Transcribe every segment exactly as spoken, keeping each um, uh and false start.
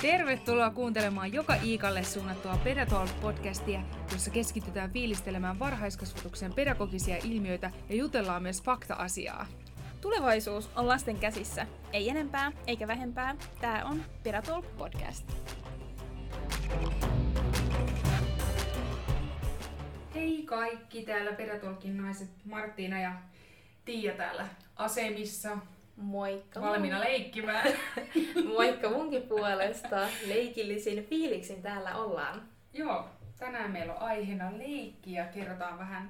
Tervetuloa kuuntelemaan joka Iikalle suunnattua Pedatalk-podcastia, jossa keskitytään fiilistelemään varhaiskasvatuksen pedagogisia ilmiöitä ja jutellaan myös fakta-asiaa. Tulevaisuus on lasten käsissä. Ei enempää eikä vähempää. Tää on Pedatalk-podcast. Hei kaikki, täällä Pedatalkin naiset Marttiina ja Tiia täällä asemissa. Moikka. Valmiina leikkimään. Moikka munkin puolesta. Leikillisin fiiliksin täällä ollaan. Joo, tänään meillä on aiheena leikki ja kerrotaan vähän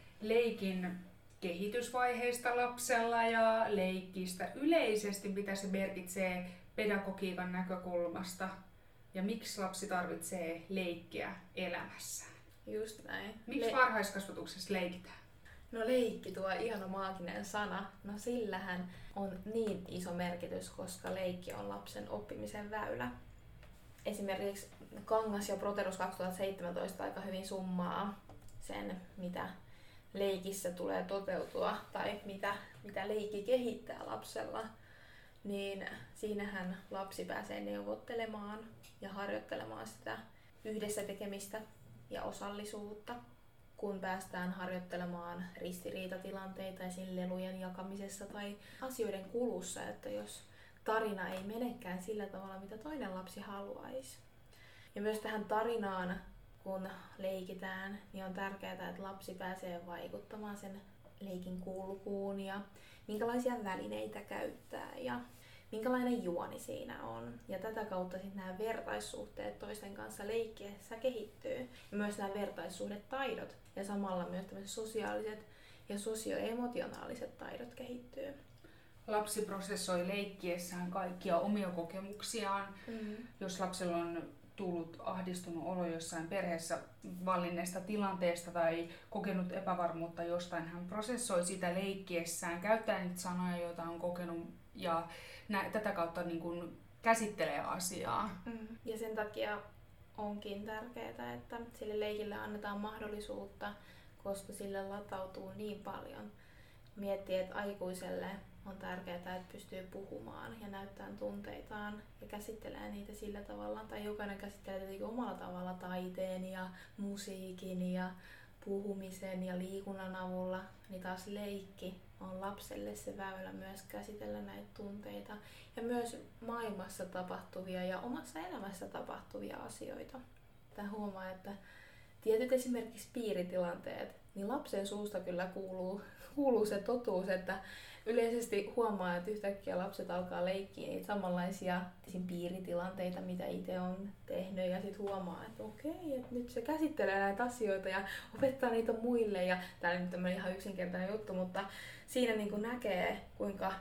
leikin kehitysvaiheista lapsella ja leikistä yleisesti, mitä se merkitsee pedagogiikan näkökulmasta ja miksi lapsi tarvitsee leikkiä elämässä. Just näin. Miksi Le- varhaiskasvatuksessa leikitään? No leikki, tuo ihana maaginen sana. No sillähän on niin iso merkitys, koska leikki on lapsen oppimisen väylä. Esimerkiksi Kangas ja Proterus kaksituhattaseitsemäntoista aika hyvin summaa sen, mitä leikissä tulee toteutua tai mitä, mitä leikki kehittää lapsella. Niin siinähän lapsi pääsee neuvottelemaan ja harjoittelemaan sitä yhdessä tekemistä ja osallisuutta. Kun päästään harjoittelemaan ristiriitatilanteita esim. Lelujen jakamisessa tai asioiden kulussa, että jos tarina ei menekään sillä tavalla, mitä toinen lapsi haluaisi. Ja myös tähän tarinaan, kun leikitään, niin on tärkeää, että lapsi pääsee vaikuttamaan sen leikin kulkuun ja minkälaisia välineitä käyttää ja minkälainen juoni siinä on. Ja tätä kautta sitten nämä vertaissuhteet toisten kanssa leikkiessä kehittyy. Ja myös nämä vertaissuhdetaidot ja samalla myös tämmöiset sosiaaliset ja sosioemotionaaliset taidot kehittyy. Lapsi prosessoi leikkiessään kaikkia omia kokemuksiaan. Mm-hmm. Jos lapsella on tullut ahdistunut olo jossain perheessä vallinneesta tilanteesta tai kokenut epävarmuutta jostain, hän prosessoi sitä leikkiessään, käyttää niitä sanoja, joita on kokenut ja nä- tätä kautta niin kun käsittelee asiaa. Mm. Ja sen takia onkin tärkeää, että sille leikille annetaan mahdollisuutta, koska sille latautuu niin paljon. Miettii, että aikuiselle on tärkeää, että pystyy puhumaan ja näyttämään tunteitaan ja käsittelee niitä sillä tavalla. Tai jokainen käsittelee tietenkin omalla tavalla taiteen ja musiikin ja puhumisen ja liikunnan avulla. Niin taas leikki on lapselle se väylä myös käsitellä näitä tunteita ja myös maailmassa tapahtuvia ja omassa elämässä tapahtuvia asioita. Tämä huomaa, että tietyt esimerkiksi piiritilanteet, niin lapsen suusta kyllä kuuluu, kuuluu se totuus, että yleisesti huomaa, että yhtäkkiä lapset alkaa leikkiä niitä samanlaisia piiritilanteita, mitä itse on tehnyt, ja sitten huomaa, että okei, että nyt se käsittelee näitä asioita ja opettaa niitä muille, ja tämä on nyt tämmöinen ihan yksinkertainen juttu, mutta siinä niin kuin näkee, kuinka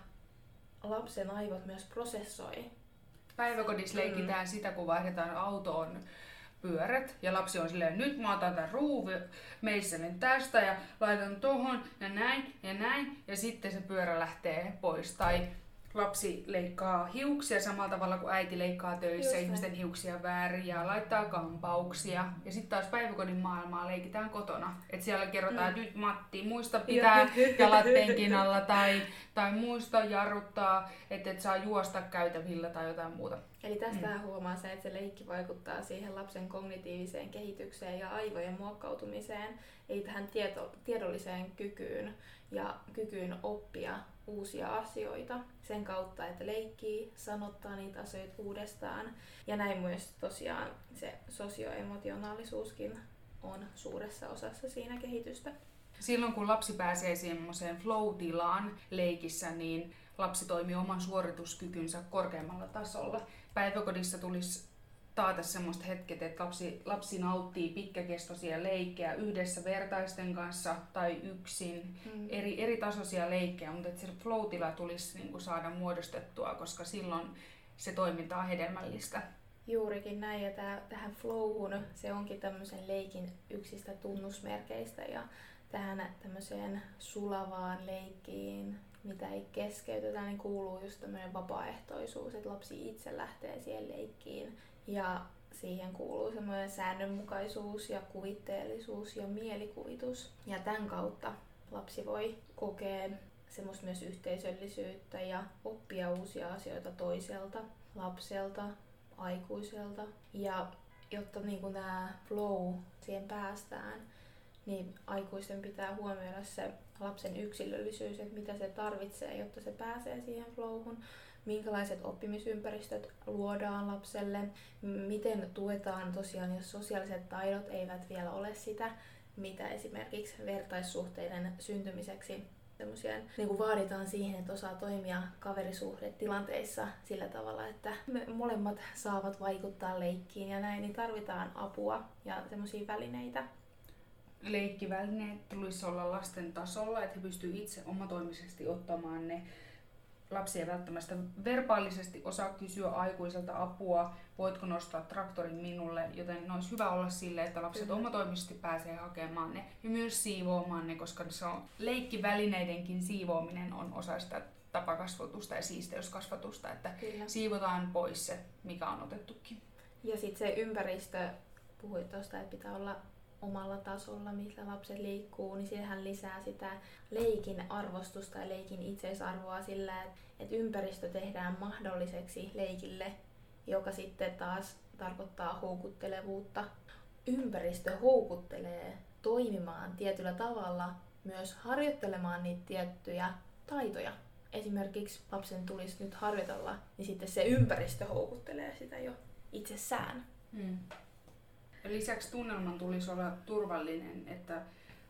lapsen aivot myös prosessoi. Päiväkodissa leikitään mm. sitä, kun vaihdetaan autoon pyörät ja lapsi on silleen, nyt mä otan tämän ruuvimeisselin tästä ja laitan tohon ja näin ja näin ja sitten se pyörä lähtee pois. Tai lapsi leikkaa hiuksia samalla tavalla kuin äiti leikkaa töissä Just ihmisten näin. hiuksia väärin ja laittaa kampauksia. Ja sitten taas päiväkodin maailmaa leikitään kotona. Et siellä kerrotaan, mm. että nyt Matti, muista pitää jalat penkin alla tai, tai muista jarruttaa, että et saa juosta käytävillä tai jotain muuta. Eli tästä mm. huomaa se, että se leikki vaikuttaa siihen lapsen kognitiiviseen kehitykseen ja aivojen muokkautumiseen, ei tähän tieto, tiedolliseen kykyyn ja kykyyn oppia uusia asioita sen kautta, että leikkii, sanottaa niitä asioita uudestaan. Ja näin myös tosiaan se sosioemotionaalisuuskin on suuressa osassa siinä kehitystä. Silloin kun lapsi pääsee semmoiseen flow-tilaan leikissä, niin lapsi toimii oman suorituskykynsä korkeammalla tasolla. Päiväkodissa tulisi taata semmoista hetket, että lapsi, lapsi nauttii pitkäkestoisia leikkejä yhdessä vertaisten kanssa tai yksin, mm. eri, eri tasoisia leikkejä, mutta että se flow-tila tulisi niin kuin saada muodostettua, koska silloin se toiminta on hedelmällistä. Juurikin näin, ja täh- tähän flowhun se onkin tämmöisen leikin yksistä tunnusmerkeistä, ja tähän tämmöiseen sulavaan leikkiin, mitä ei keskeytetä, niin kuuluu just tämmöinen vapaaehtoisuus, että lapsi itse lähtee siihen leikkiin. Ja siihen kuuluu semmoinen säännönmukaisuus ja kuvitteellisuus ja mielikuvitus. Ja tämän kautta lapsi voi kokea semmoista myös yhteisöllisyyttä ja oppia uusia asioita toiselta, lapselta, aikuiselta. Ja jotta niin kun tämä flow siihen päästään, niin aikuisten pitää huomioida se lapsen yksilöllisyys, että mitä se tarvitsee, jotta se pääsee siihen flowhun. Minkälaiset oppimisympäristöt luodaan lapselle, miten tuetaan tosiaan, jos sosiaaliset taidot eivät vielä ole sitä, mitä esimerkiksi vertaissuhteiden syntymiseksi niin kuin vaaditaan siihen, että osaa toimia kaverisuhdetilanteissa sillä tavalla, että me molemmat saavat vaikuttaa leikkiin ja näin, niin tarvitaan apua ja semmoisia välineitä. Leikkivälineet tulisi olla lasten tasolla, että he pystyvät itse omatoimisesti ottamaan ne. Lapsi ei välttämättä verbaalisesti osaa kysyä aikuiselta apua, voitko nostaa traktorin minulle, joten olisi hyvä olla silleen, että lapset Kyllä. omatoimisesti pääsee hakemaan ne ja myös siivoamaan ne, koska se on leikkivälineidenkin siivoaminen on osa sitä tapakasvatusta ja siisteyskasvatusta, että Kyllä. siivotaan pois se, mikä on otettukin. Ja sitten se ympäristö, puhuit tuosta, että pitää olla omalla tasolla, millä lapset liikkuu, niin sehän lisää sitä leikin arvostusta ja leikin itseisarvoa sillä, että ympäristö tehdään mahdolliseksi leikille, joka sitten taas tarkoittaa houkuttelevuutta. Ympäristö houkuttelee toimimaan tietyllä tavalla, myös harjoittelemaan niitä tiettyjä taitoja. Esimerkiksi lapsen tulisi nyt harjoitella, niin sitten se ympäristö houkuttelee sitä jo itsessään. Hmm. Lisäksi tunnelman tulisi olla turvallinen, että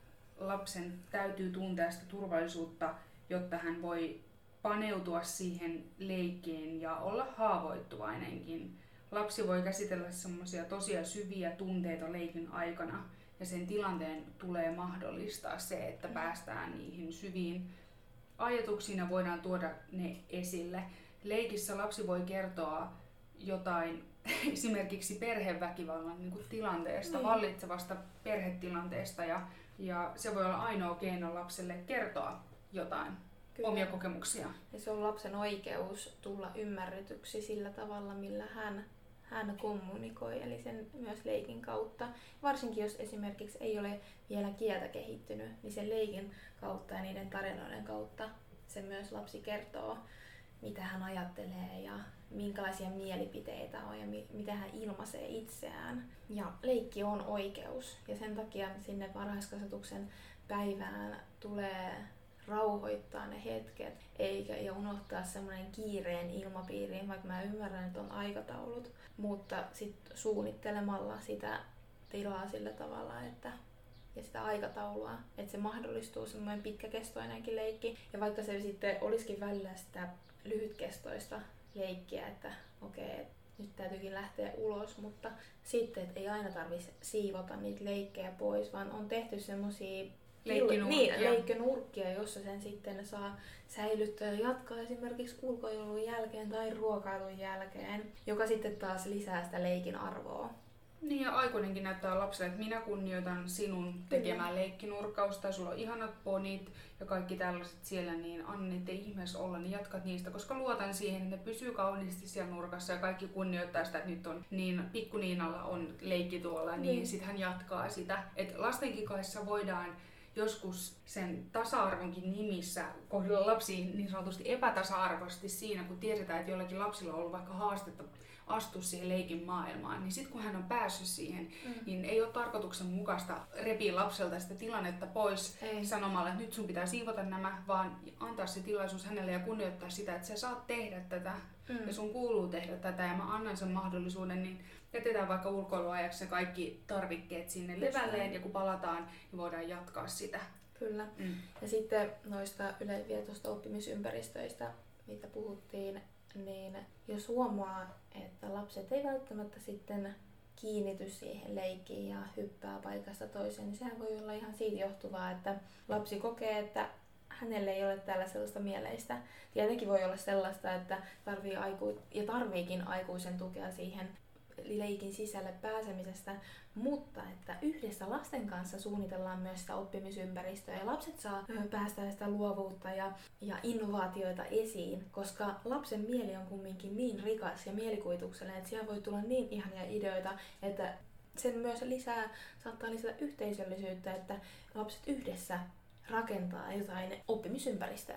lapsen täytyy tuntea sitä turvallisuutta, jotta hän voi paneutua siihen leikkeen ja olla haavoittuvainenkin. Lapsi voi käsitellä semmoisia tosia syviä tunteita leikin aikana ja sen tilanteen tulee mahdollistaa se, että päästään niihin syviin ajatuksiin ja voidaan tuoda ne esille. Leikissä lapsi voi kertoa jotain esimerkiksi perheväkivallan niin kuin tilanteesta, mm. vallitsevasta perhetilanteesta ja, ja se voi olla ainoa keino lapselle kertoa jotain Kyllä. omia kokemuksia. Ja se on lapsen oikeus tulla ymmärretyksi sillä tavalla, millä hän, hän kommunikoi, eli sen myös leikin kautta. Varsinkin jos esimerkiksi ei ole vielä kieltä kehittynyt, niin sen leikin kautta ja niiden tarinoiden kautta se myös lapsi kertoo, mitä hän ajattelee ja minkälaisia mielipiteitä on ja mi- miten hän ilmaisee itseään. Ja leikki on oikeus ja sen takia sinne varhaiskasvatuksen päivään tulee rauhoittaa ne hetket eikä ja unohtaa semmoinen kiireen ilmapiiriin, vaikka mä ymmärrän, että on aikataulut, mutta sitten suunnittelemalla sitä tilaa sillä tavalla, että ja sitä aikataulua, että se mahdollistuu semmoinen pitkäkestoinenkin leikki. Ja vaikka se sitten olisikin välillä sitä lyhytkestoista leikkiä, että okei, okay, nyt täytyykin lähteä ulos, mutta sitten, että ei aina tarvitse siivota niitä leikkejä pois, vaan on tehty semmosia leikkinurkkia, niin, leikkinurkkia, jossa sen sitten saa säilyttää ja jatkaa esimerkiksi ulkoilun jälkeen tai ruokailun jälkeen, joka sitten taas lisää sitä leikin arvoa. Niin ja aikuinenkin näyttää lapselle, että minä kunnioitan sinun tekemään leikkinurkausta ja sulla on ihanat ponit ja kaikki tällaiset siellä, niin anna niitä ihmeessä olla, niin jatkat niistä, koska luotan siihen, että ne pysyy kauniisti siellä nurkassa ja kaikki kunnioittaa sitä, että nyt on niin, pikku Niinalla on leikki tuolla, niin, niin sitten hän jatkaa sitä. Et lastenkin kanssa voidaan joskus sen tasa-arvonkin nimissä kohdella lapsiin niin sanotusti epätasa-arvoisesti siinä, kun tiedetään, että jollakin lapsilla on ollut vaikka haastetta astua siihen leikin maailmaan, niin sitten kun hän on päässyt siihen, mm. niin ei ole tarkoituksenmukaista repiä lapselta sitä tilannetta pois ei. sanomalla, että nyt sun pitää siivota nämä, vaan antaa se tilaisuus hänelle ja kunnioittaa sitä, että sä saat tehdä tätä mm. ja sun kuuluu tehdä tätä ja mä annan sen mahdollisuuden, niin jätetään vaikka ulkoiluajaksi kaikki tarvikkeet sinne levälleen ja kun palataan, niin voidaan jatkaa sitä. Kyllä. Mm. Ja sitten noista yleisvietosta oppimisympäristöistä, mitä puhuttiin, niin jos huomaa, että lapset ei välttämättä sitten kiinnity siihen leikkiin ja hyppää paikasta toiseen, niin sehän voi olla ihan siitä johtuvaa, että lapsi kokee, että hänelle ei ole täällä sellaista mieleistä. Tietenkin voi olla sellaista, että tarvii aiku- ja tarviikin aikuisen tukea siihen leikin sisälle pääsemisestä, mutta että yhdessä lasten kanssa suunnitellaan myös sitä oppimisympäristöä ja lapset saa päästä sitä luovuutta ja, ja innovaatioita esiin, koska lapsen mieli on kumminkin niin rikas ja mielikuvituksellinen, että siellä voi tulla niin ihania ideoita, että sen myös lisää, saattaa lisätä yhteisöllisyyttä, että lapset yhdessä rakentaa jotain oppimisympäristöä.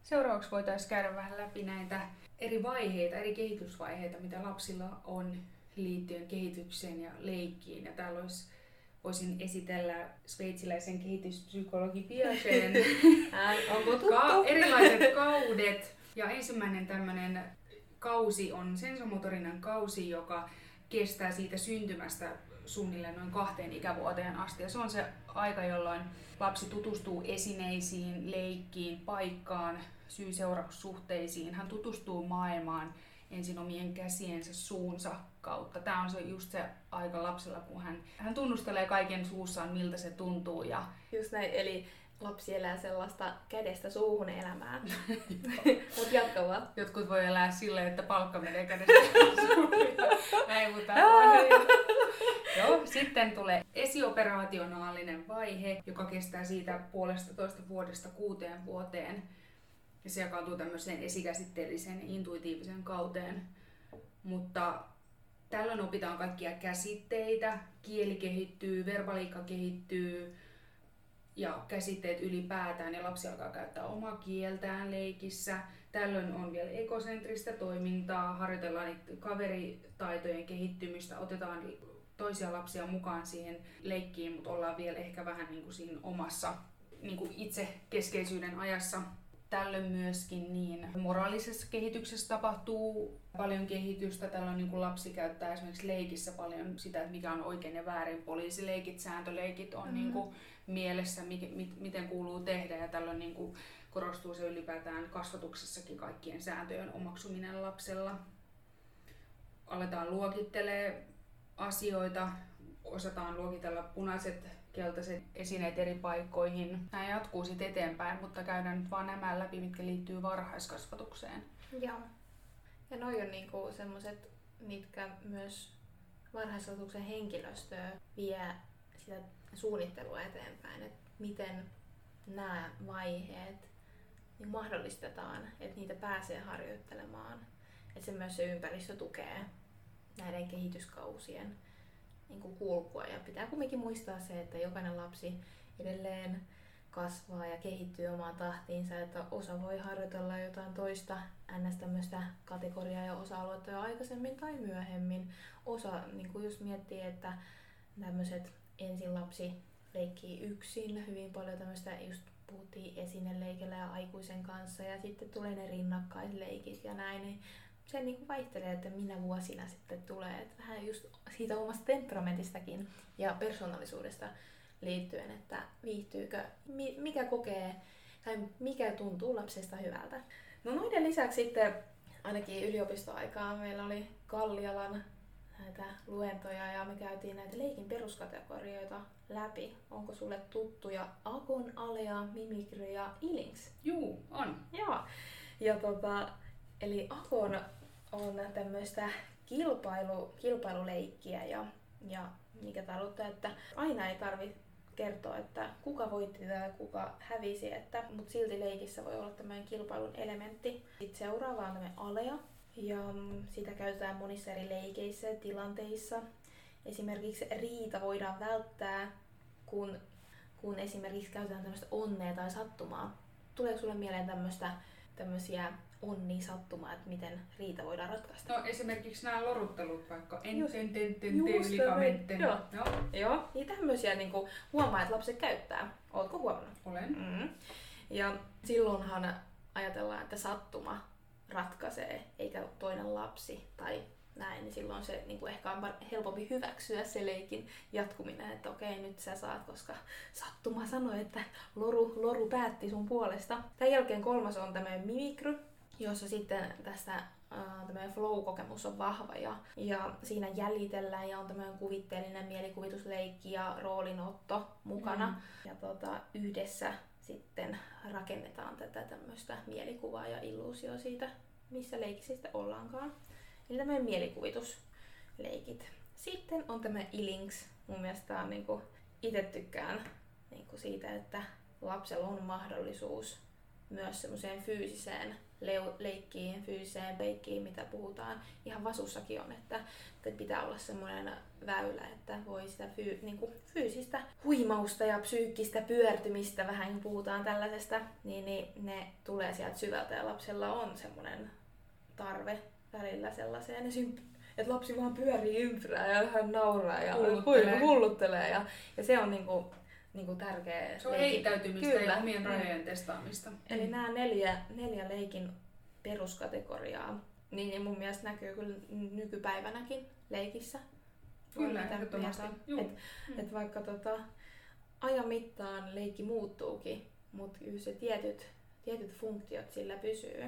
Seuraavaksi voitaisiin käydä vähän läpi näitä eri vaiheita, eri kehitysvaiheita, mitä lapsilla on liittyen kehitykseen ja leikkiin. Ja täällä olisi, voisin esitellä sveitsiläisen kehityspsykologi Piageten ka- erilaiset kaudet. Ja ensimmäinen tämmöinen kausi on sensomotorinen kausi, joka kestää siitä syntymästä suunnilleen noin kahteen ikävuoteen asti. Ja se on se aika, jolloin lapsi tutustuu esineisiin, leikkiin, paikkaan, syy-seuraussuhteisiin. Hän tutustuu maailmaan ensin omien käsiensä, suunsa kautta. Tämä on se just se aika lapsella, kun hän, hän tunnustelee kaiken suussaan, miltä se tuntuu. Ja just näin, eli lapsi elää sellaista kädestä suuhun elämää. Mut jatka vaan. Jotkut voi elää silleen, että palkka menee kädestä suuhun. Näin, mutta joo, sitten tulee esioperationaalinen vaihe, joka kestää siitä puolesta toista vuodesta kuuteen vuoteen. Ja se jakautuu tämmöiseen esikäsitteelliseen ja intuitiiviseen kauteen. Mutta tällöin opitaan kaikkia käsitteitä, kieli kehittyy, verbaliikka kehittyy ja käsitteet ylipäätään ja lapsi alkaa käyttää omaa kieltään leikissä. Tällöin on vielä ekosentristä toimintaa, harjoitellaan kaveritaitojen kehittymistä, otetaan toisia lapsia mukaan siihen leikkiin, mutta ollaan vielä ehkä vähän niin kuin siinä omassa niin kuin itsekeskeisyyden ajassa. Tällöin myöskin niin moraalisessa kehityksessä tapahtuu paljon kehitystä. Tällöin niin kuin lapsi käyttää esimerkiksi leikissä paljon sitä, että mikä on oikein ja väärin. Poliisileikit, sääntöleikit on mm-hmm. niin kuin mielessä, miten kuuluu tehdä. Ja tällöin niin kuin korostuu se ylipäätään kasvatuksessakin kaikkien sääntöjen omaksuminen lapsella. Aletaan luokittelemaan asioita, osataan luokitella punaiset, keltaiset esineet eri paikkoihin. Nämä jatkuu sitten eteenpäin, mutta käydään nyt vaan nämä läpi, mitkä liittyy varhaiskasvatukseen. Joo. Ja noi on niinku semmoset, mitkä myös varhaiskasvatuksen henkilöstöä vie sitä suunnittelua eteenpäin, että miten nämä vaiheet niin mahdollistetaan, että niitä pääsee harjoittelemaan. Että se myös se ympäristö tukee näiden kehityskausien niin kuin kulkua. Ja pitää kuitenkin muistaa se, että jokainen lapsi edelleen kasvaa ja kehittyy omaan tahtiinsa, että osa voi harjoitella jotain toista ns. Tämmöistä kategoriaa ja osa-aluetta jo aikaisemmin tai myöhemmin. Osa, niin kuin jos miettii, että tämmöiset ensin lapsi leikkii yksin, hyvin paljon tämmöistä, just puhuttiin esineleikellä ja aikuisen kanssa ja sitten tulee ne rinnakkaisleikit ja näin, niin se niin kuin vaihtelee, että minä vuosina sitten tulee, että vähän just siitä omasta temperamentistakin ja persoonallisuudesta liittyen, että viihtyykö, mikä kokee tai mikä tuntuu lapsesta hyvältä. No noiden lisäksi sitten ainakin yliopistoaikaan meillä oli Kallialan näitä luentoja ja me käytiin näitä leikin peruskategorioita läpi. Onko sulle tuttuja Akon, Alea, Mimikry ja Ilinx? Juu, on. Joo. Ja tota, eli Akon on tämmöistä kilpailu, kilpailuleikkiä ja, ja mikä tarkoittaa, että aina ei tarvitse kertoa, että kuka voitti tai kuka hävisi, että, mutta silti leikissä voi olla tämmöinen kilpailun elementti. Sitten seuraava on tämmöinen Alea ja sitä käytetään monissa eri leikeissä ja tilanteissa. Esimerkiksi riita voidaan välttää, kun, kun esimerkiksi käytetään tämmöistä onnea tai sattumaa. Tuleeko sulle mieleen tämmöistä, tämmöisiä onni sattumaa, että miten riita voidaan ratkaista? No esimerkiksi nämä loruttelut vaikka enten, ten, ten, te, ylikamentten. Joo. Joo. Joo, niin tämmöisiä niin kuin huomaa, että lapset käyttää. Ootko huomannut? Olen. Mm. Ja silloinhan ajatellaan, että sattuma ratkaisee, eikä toinen lapsi tai näin, niin silloin se niin kuin ehkä on helpompi hyväksyä se leikin jatkuminen, että okei, nyt sä saat, koska sattuma sanoi, että loru, loru päätti sun puolesta. Tämän jälkeen kolmas on tämmöinen mimikry, jossa sitten tästä äh, tämmöinen flow-kokemus on vahva ja, ja siinä jäljitellään ja on tämmöinen kuvitteellinen mielikuvitusleikki ja roolinotto mukana. Mm. Ja tota, yhdessä sitten rakennetaan tätä tämmöistä mielikuvaa ja illuusioa siitä, missä leikissä sitten ollaankaan. Eli tämmöinen mielikuvitusleikit. Sitten on tämmöinen Ilinx. Mun mielestä on niinku, itse tykkään niinku siitä, että lapsella on mahdollisuus myös semmoiseen fyysiseen leikkiin, fyysiseen leikkiin, mitä puhutaan. Ihan vasussakin on, että, että pitää olla semmoinen väylä, että voi sitä fyy, niin kuin fyysistä huimausta ja psyykkistä pyörtymistä, vähän kun puhutaan tällaisesta, niin, niin ne tulee sieltä syvältä ja lapsella on semmoinen tarve välillä sellaiseen, että lapsi vaan pyörii ympyrää ja hän nauraa ja hulluttelee, hulluttelee ja, ja se on niinku, niinku tärkeä. Se on heittäytymistä ja omien rajojen testaamista. Eli nämä neljä, neljä leikin peruskategoriaa, niin mun mielestä näkyy kyllä nykypäivänäkin leikissä. Kyllä, ehdottomasti. Että et vaikka tota, ajan mittaan leikki muuttuukin, mutta kyllä se tietyt, tietyt funktiot sillä pysyy.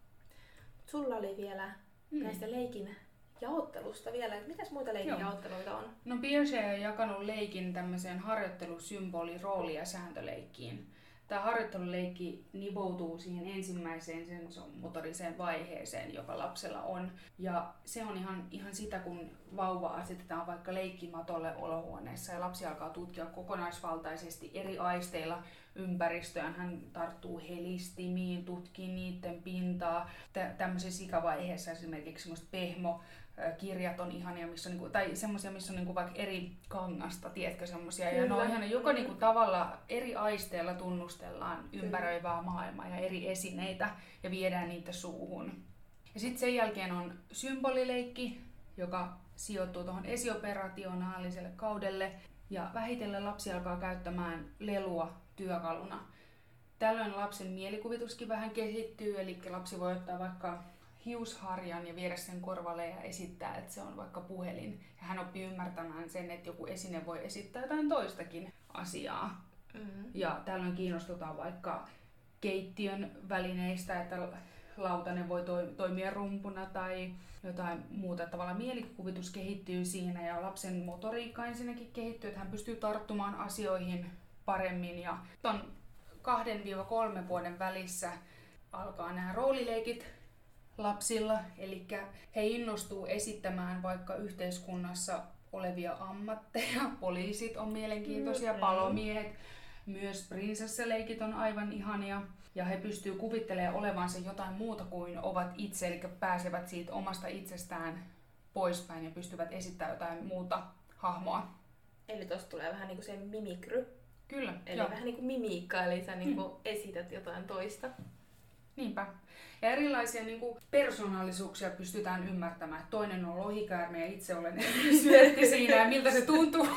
Sulla oli vielä mm. näistä leikin jaottelusta vielä, että mitäs muita leikin Joo. jaotteluita on? No Piaget on jakanut leikin tämmöiseen harjoittelusymboli-, rooli- ja sääntöleikkiin. Tämä harjoitteluleikki nivoutuu siihen ensimmäiseen sensomotoriseen vaiheeseen, joka lapsella on. Ja se on ihan, ihan sitä, kun vauva asetetaan vaikka leikkimatolle olohuoneessa ja lapsi alkaa tutkia kokonaisvaltaisesti eri aisteilla ympäristöään. Hän tarttuu helistimiin, tutkii niiden pintaa. Tä- tämmöisessä ikävaiheessa esimerkiksi semmoista pehmo kirjat on ihania, missä on niinku, tai semmoisia, missä on niinku vaikka eri kangasta, tiedätkö semmoisia. Ja ne on ihania, joka niinku tavalla eri aisteilla tunnustellaan ympäröivää maailmaa ja eri esineitä ja viedään niitä suuhun. Ja sitten sen jälkeen on symbolileikki, joka sijoittuu tuohon esioperationaaliselle kaudelle. Ja vähitellen lapsi alkaa käyttämään lelua työkaluna. Tällöin lapsen mielikuvituskin vähän kehittyy, eli lapsi voi ottaa vaikka hiusharjan ja viedä sen korvalle ja esittää, että se on vaikka puhelin. Ja hän oppii ymmärtämään sen, että joku esine voi esittää jotain toistakin asiaa. Mm-hmm. Ja tällöin kiinnostutaan vaikka keittiön välineistä, että lautanen voi toimia rumpuna tai jotain muuta. Tavallaan mielikuvitus kehittyy siinä ja lapsen motoriikka ensinnäkin kehittyy, että hän pystyy tarttumaan asioihin paremmin. Ja ton kahden kolmen vuoden välissä alkaa nämä roolileikit lapsilla, eli he innostuu esittämään vaikka yhteiskunnassa olevia ammatteja. Poliisit on mielenkiintoisia, mm-hmm. palomiehet, myös prinsessaleikit on aivan ihania. Ja he pystyy kuvittelemaan olevansa jotain muuta kuin ovat itse, eli pääsevät siitä omasta itsestään poispäin ja pystyvät esittämään jotain muuta hahmoa. Eli tuosta tulee vähän niin kuin se mimikry. Kyllä. Eli joo. vähän niin kuin mimiikka, eli sä niin kuin mm. esität jotain toista. Niinpä. Ja erilaisia niin kuin persoonallisuuksia pystytään ymmärtämään. Toinen on lohikäärme ja itse olen syötti siinä ja miltä se tuntuu.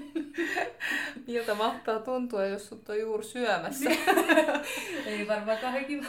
Miltä mahtaa tuntua, jos sut on juuri syömässä. Ei varmaan kahdenkin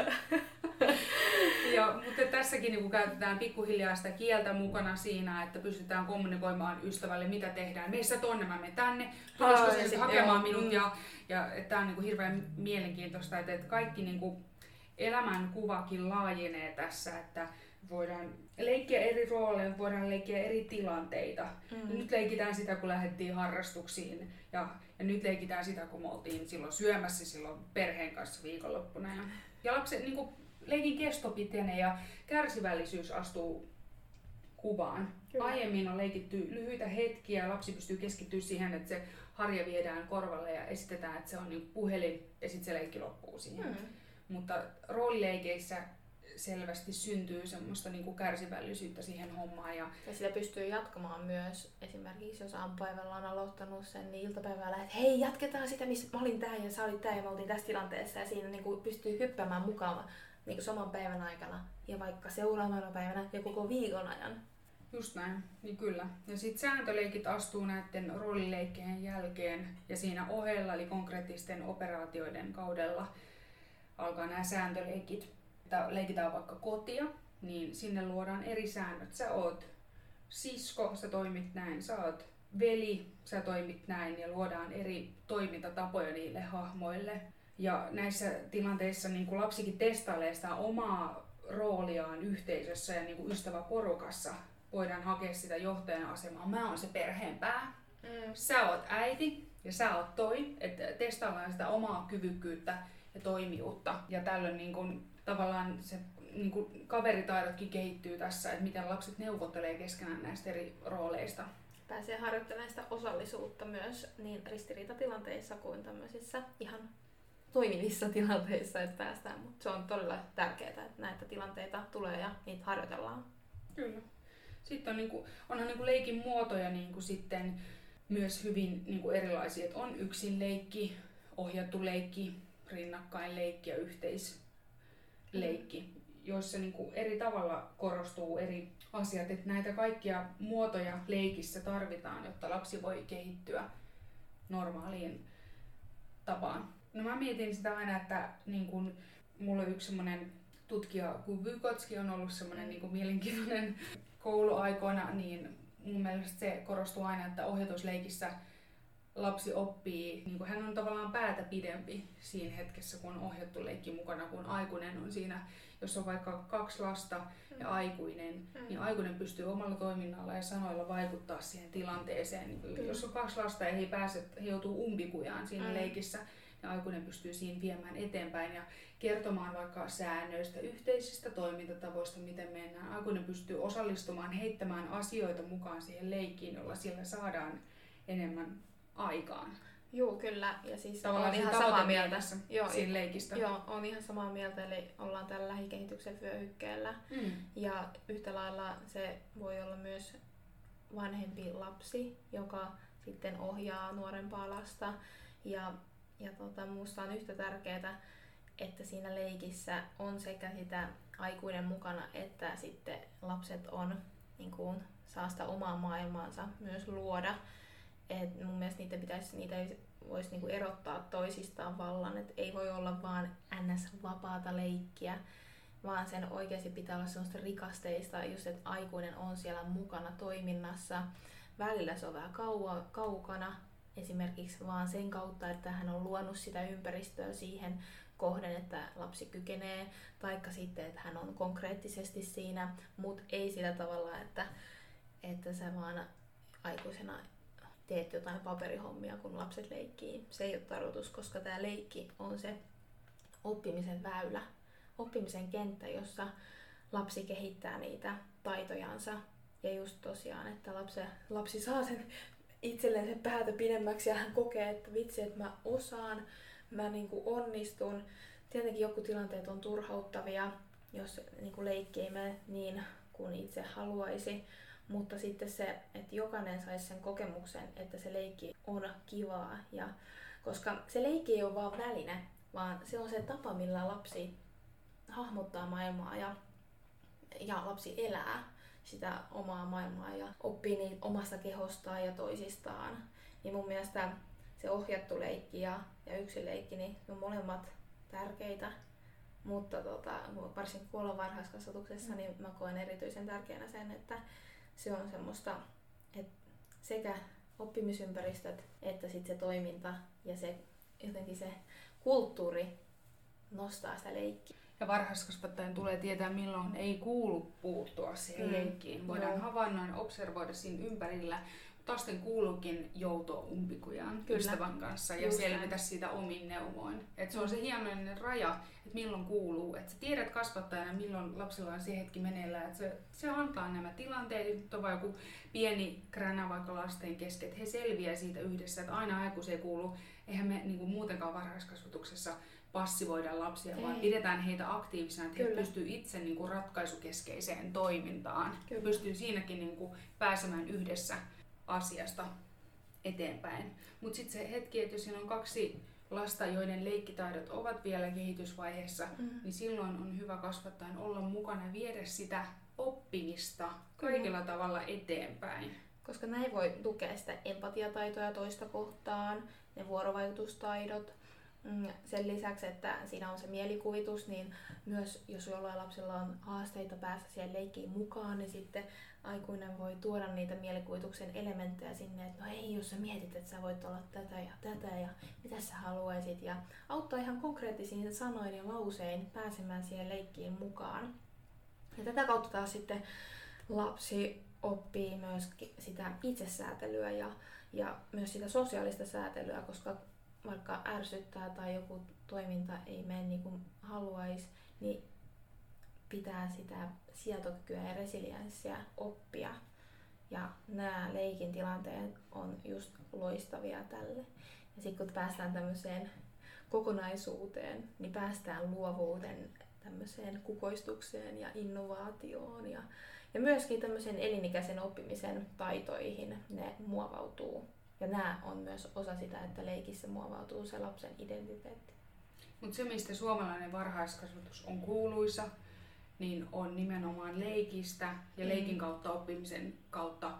ja, mutta tässäkin niin käytetään pikkuhiljaa sitä kieltä mukana siinä, että pystytään kommunikoimaan ystävälle, mitä tehdään. Meissä tonne, mä menen tänne, tulisiko se hakemaan minut. Ja, ja tämä on niin kuin hirveän mielenkiintoista, että, että kaikki niin kuin elämänkuvakin laajenee tässä, että voidaan leikkiä eri rooleja, voidaan leikkiä eri tilanteita. Mm. Nyt leikitään sitä, kun lähdettiin harrastuksiin ja, ja nyt leikitään sitä, kun me oltiin silloin syömässä silloin perheen kanssa viikonloppuna. Ja, ja lapsen niin kuin, leikin kesto pitenee ja kärsivällisyys astuu kuvaan. Kyllä. Aiemmin on leikitty lyhyitä hetkiä ja lapsi pystyy keskittyä siihen, että se harja viedään korvalle ja esitetään, että se on niin puhelin ja sitten se leikki loppuu siihen. Mm. Mutta roolileikeissä selvästi syntyy semmoista niin kuin kärsivällisyyttä siihen hommaan. Ja, ja sitä pystyy jatkamaan myös. Esimerkiksi jos aamupäivällä on aloittanut sen, niin iltapäivällä lähdet, hei jatketaan sitä, missä mä olin tää ja sä olit tää ja mä oltiin tässä tilanteessa. Ja siinä niin kuin pystyy hyppäämään mukaan niin kuin saman päivän aikana ja vaikka seuraavana päivänä ja koko viikon ajan. Just näin, niin kyllä. Ja sitten sääntöleikit astuu näiden roolileikkien jälkeen ja siinä ohella, eli konkreettisten operaatioiden kaudella, alkaa nämä sääntöleikit. Leikitään vaikka kotia, niin sinne luodaan eri säännöt. Sä oot sisko, sä toimit näin, sä oot veli, sä toimit näin ja luodaan eri toimintatapoja niille hahmoille. Ja näissä tilanteissa niin kuin lapsikin testailee sitä omaa rooliaan yhteisössä ja niin kuin ystäväporukassa. Voidaan hakea sitä johtajan asemaa. Mä oon se perheenpää, mm. sä oot äiti ja sä oot toi. Että testaillaan sitä omaa kyvykkyyttä ja toimijuutta. Ja tällöin niin kun, tavallaan se niin kun kaveritaidotkin kehittyy tässä, että miten lapset neuvottelee keskenään näistä eri rooleista. Pääsee harjoittelemaan sitä osallisuutta myös niin ristiriitatilanteissa kuin tämmöisissä ihan toimivissa tilanteissa, että päästään. Mutta se on todella tärkeää, että näitä tilanteita tulee ja niitä harjoitellaan. Kyllä. Sitten on niinku, onhan niinku leikin muotoja niinku sitten myös hyvin niinku erilaisia. Et on yksin leikki, ohjattu leikki, rinnakkain leikki ja yhteisleikki, joissa niinku eri tavalla korostuu eri asiat. Et näitä kaikkia muotoja leikissä tarvitaan, jotta lapsi voi kehittyä normaaliin tapaan. No mä mietin sitä aina, että niin kun, mulla on yksi semmoinen tutkija kuin Vygotski on ollut semmoinen niin kun mielenkiintoinen kouluaikoina, niin mun mielestä se korostuu aina, että ohjatusleikissä lapsi oppii, niin kun hän on tavallaan päätä pidempi siinä hetkessä, kun on ohjattu leikki mukana, kun aikuinen on siinä. Jos on vaikka kaksi lasta ja aikuinen, mm. niin aikuinen pystyy omalla toiminnalla ja sanoilla vaikuttaa siihen tilanteeseen. Mm. Jos on kaksi lasta ja he, pääse, he joutuu umpikujaan siinä mm. leikissä, niin aikuinen pystyy siinä viemään eteenpäin ja kertomaan vaikka säännöistä, yhteisistä toimintatavoista, miten mennään. Aikuinen pystyy osallistumaan, heittämään asioita mukaan siihen leikkiin, jolla sillä saadaan enemmän aikaan. Joo, kyllä. Ja siis tavallaan on ihan samaa mieltä joo, siinä leikistä. Joo, on ihan samaa mieltä, eli ollaan tällä lähikehityksen vyöhykkeellä. Mm. Ja yhtä lailla se voi olla myös vanhempi lapsi, joka sitten ohjaa nuorempaa lasta. Ja, ja tota, minusta on yhtä tärkeää, että siinä leikissä on sekä sitä aikuinen mukana, että sitten lapset on, niin kuin, saa sitä omaa maailmaansa myös luoda. Et mun mielestä niitä, pitäisi, niitä ei voisi niinku erottaa toisistaan vallan, että ei voi olla vaan ns-vapaata leikkiä, vaan sen oikeasti pitää olla semmoista rikasteista, just että aikuinen on siellä mukana toiminnassa. Välillä se on vähän kauan, kaukana, esimerkiksi vaan sen kautta, että hän on luonut sitä ympäristöä siihen kohden, että lapsi kykenee, taikka sitten, että hän on konkreettisesti siinä, mutta ei sillä tavalla, että, että sä vaan aikuisena teet jotain paperihommia, kun lapset leikkii. Se ei ole tarkoitus, koska tämä leikki on se oppimisen väylä, oppimisen kenttä, jossa lapsi kehittää niitä taitojansa. Ja just tosiaan, että lapsi, lapsi saa sen itselleen sen päätä pidemmäksi ja hän kokee, että vitsi, että mä osaan, mä niinku onnistun. Tietenkin joku tilanteet on turhauttavia, jos niinku leikki ei mene niin kuin itse haluaisi. Mutta sitten se, että jokainen saisi sen kokemuksen, että se leikki on kivaa. Ja, koska se leikki ei ole vaan väline, vaan se on se tapa, millä lapsi hahmottaa maailmaa ja, ja lapsi elää sitä omaa maailmaa ja oppii niin omasta kehostaan ja toisistaan. Niin mun mielestä se ohjattu leikki ja, ja yksin leikki, niin ne on molemmat tärkeitä. Mutta tota, varsin kun ollaan varhaiskasvatuksessa, niin mä koen erityisen tärkeänä sen, että se on semmoista, että sekä oppimisympäristöt että sit se toiminta ja se jotenkin se kulttuuri nostaa sitä leikkiä. Ja varhaiskasvattajan tulee tietää, milloin ei kuulu puuttua siihen mm. leikkiin. Voidaan no. havainnoin observoida siinä ympärillä. Lasten kuuluukin joutua umpikujaan Kyllä. ystävän kanssa ja Just selvitä näin. Siitä omin neuvoin. Et se on se hienoinen raja, että milloin kuuluu. Että sä tiedät kasvattajana, milloin lapsilla on se hetki meneillään. Että se, se antaa nämä tilanteet, että on joku pieni kränä vaikka lasten kesken, että he selviää siitä yhdessä. Että aina aikuisen ei kuulu. Eihän me niin kuin muutenkaan varhaiskasvatuksessa passivoida lapsia, ei. vaan pidetään heitä aktiivisena, että Kyllä. he pystyy itse niin kuin ratkaisukeskeiseen toimintaan. Kyllä. Pystyy siinäkin niin kuin pääsemään yhdessä asiasta eteenpäin. Mutta sitten se hetki, että jos siinä on kaksi lasta, joiden leikkitaidot ovat vielä kehitysvaiheessa, mm-hmm. niin silloin on hyvä kasvattajan olla mukana ja viedä sitä oppimista kaikilla mm-hmm. tavalla eteenpäin. Koska näin voi tukea sitä empatiataitoja toista kohtaan, ne vuorovaikutustaidot. Sen lisäksi, että siinä on se mielikuvitus, niin myös jos jollain lapsella on haasteita päästä siihen leikkiin mukaan, niin sitten aikuinen voi tuoda niitä mielikuvituksen elementtejä sinne, että no ei, jos sä mietit, että sä voit olla tätä ja tätä ja mitä sä haluaisit. Ja auttaa ihan konkreettisiin sanoin ja lausein pääsemään siihen leikkiin mukaan. Ja tätä kautta taas sitten lapsi oppii myös sitä itsesäätelyä ja, ja myös sitä sosiaalista säätelyä, koska vaikka ärsyttää tai joku toiminta ei mene niin kuin haluaisi, niin pitää sitä sietokykyä ja resilienssiä oppia. Ja nämä leikin tilanteet on just loistavia tälle. Ja sitten kun päästään tämmöiseen kokonaisuuteen, niin päästään luovuuden tämmöiseen kukoistukseen ja innovaatioon ja, ja myöskin tämmöisen elinikäisen oppimisen taitoihin ne muovautuu. Ja nämä on myös osa sitä, että leikissä muovautuu se lapsen identiteetti. Mutta se, mistä suomalainen varhaiskasvatus on kuuluisa, niin on nimenomaan leikistä ja mm. leikin kautta oppimisen kautta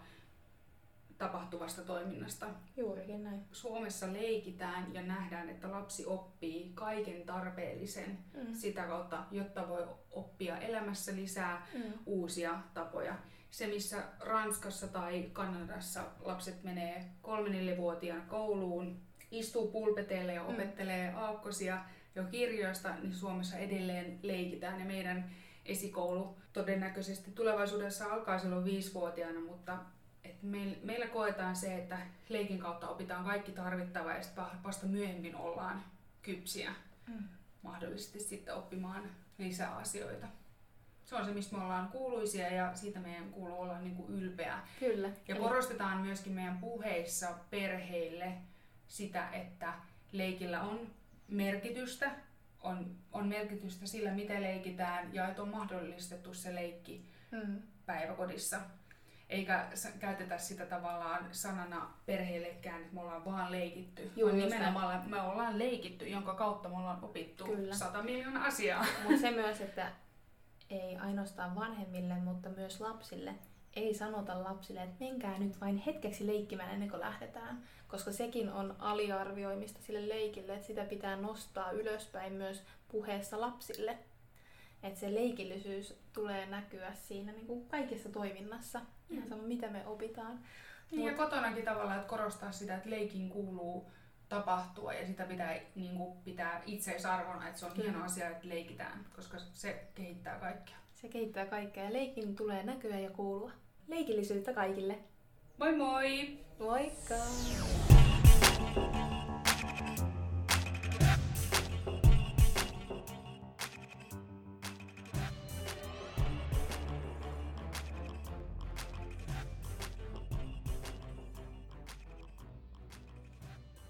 tapahtuvasta toiminnasta. Juurikin näin. Suomessa leikitään ja nähdään, että lapsi oppii kaiken tarpeellisen mm. sitä kautta, jotta voi oppia elämässä lisää mm. uusia tapoja. Se, missä Ranskassa tai Kanadassa lapset menee kolme-neljävuotiaan kouluun, istuu pulpeteille ja opettelee mm. aakkosia jo kirjoista, niin Suomessa edelleen leikitään. Ja meidän esikoulu todennäköisesti tulevaisuudessa alkaa silloin viisivuotiaana, mutta et meillä koetaan se, että leikin kautta opitaan kaikki tarvittava ja sitten vasta myöhemmin ollaan kypsiä mm. mahdollisesti sitten oppimaan lisää asioita. Se on se, mistä me ollaan kuuluisia ja siitä meidän kuuluu olla niin kuin ylpeä. Kyllä. Ja Eli... korostetaan myöskin meidän puheissa perheille sitä, että leikillä on merkitystä, on, on merkitystä sillä, mitä leikitään ja että on mahdollistettu se leikki mm. päiväkodissa. Eikä käytetä sitä tavallaan sanana perheillekään, että me ollaan vaan leikitty. Juu, vaan nimenomaan me ollaan leikitty, jonka kautta me ollaan opittu Kyllä. sata miljoonaa asiaa. Mutta se myös, että ei ainoastaan vanhemmille, mutta myös lapsille. Ei sanota lapsille, että menkää nyt vain hetkeksi leikkimään ennen kuin lähdetään. Koska sekin on aliarvioimista sille leikille, että sitä pitää nostaa ylöspäin myös puheessa lapsille. Että se leikillisyys tulee näkyä siinä niin kuin kaikessa toiminnassa. Ihan sama, mitä me opitaan. Niin Mut... Ja kotonakin tavallaan, että korostaa sitä, että leikin kuuluu tapahtua ja sitä pitää, niin kuin, pitää itseisarvona, että se on Kyllä. hieno asia, että leikitään, koska se kehittää kaikkea. Se kehittää kaikkea ja leikin tulee näkyä ja kuulua. Leikillisyyttä kaikille! Moi moi! Moikka!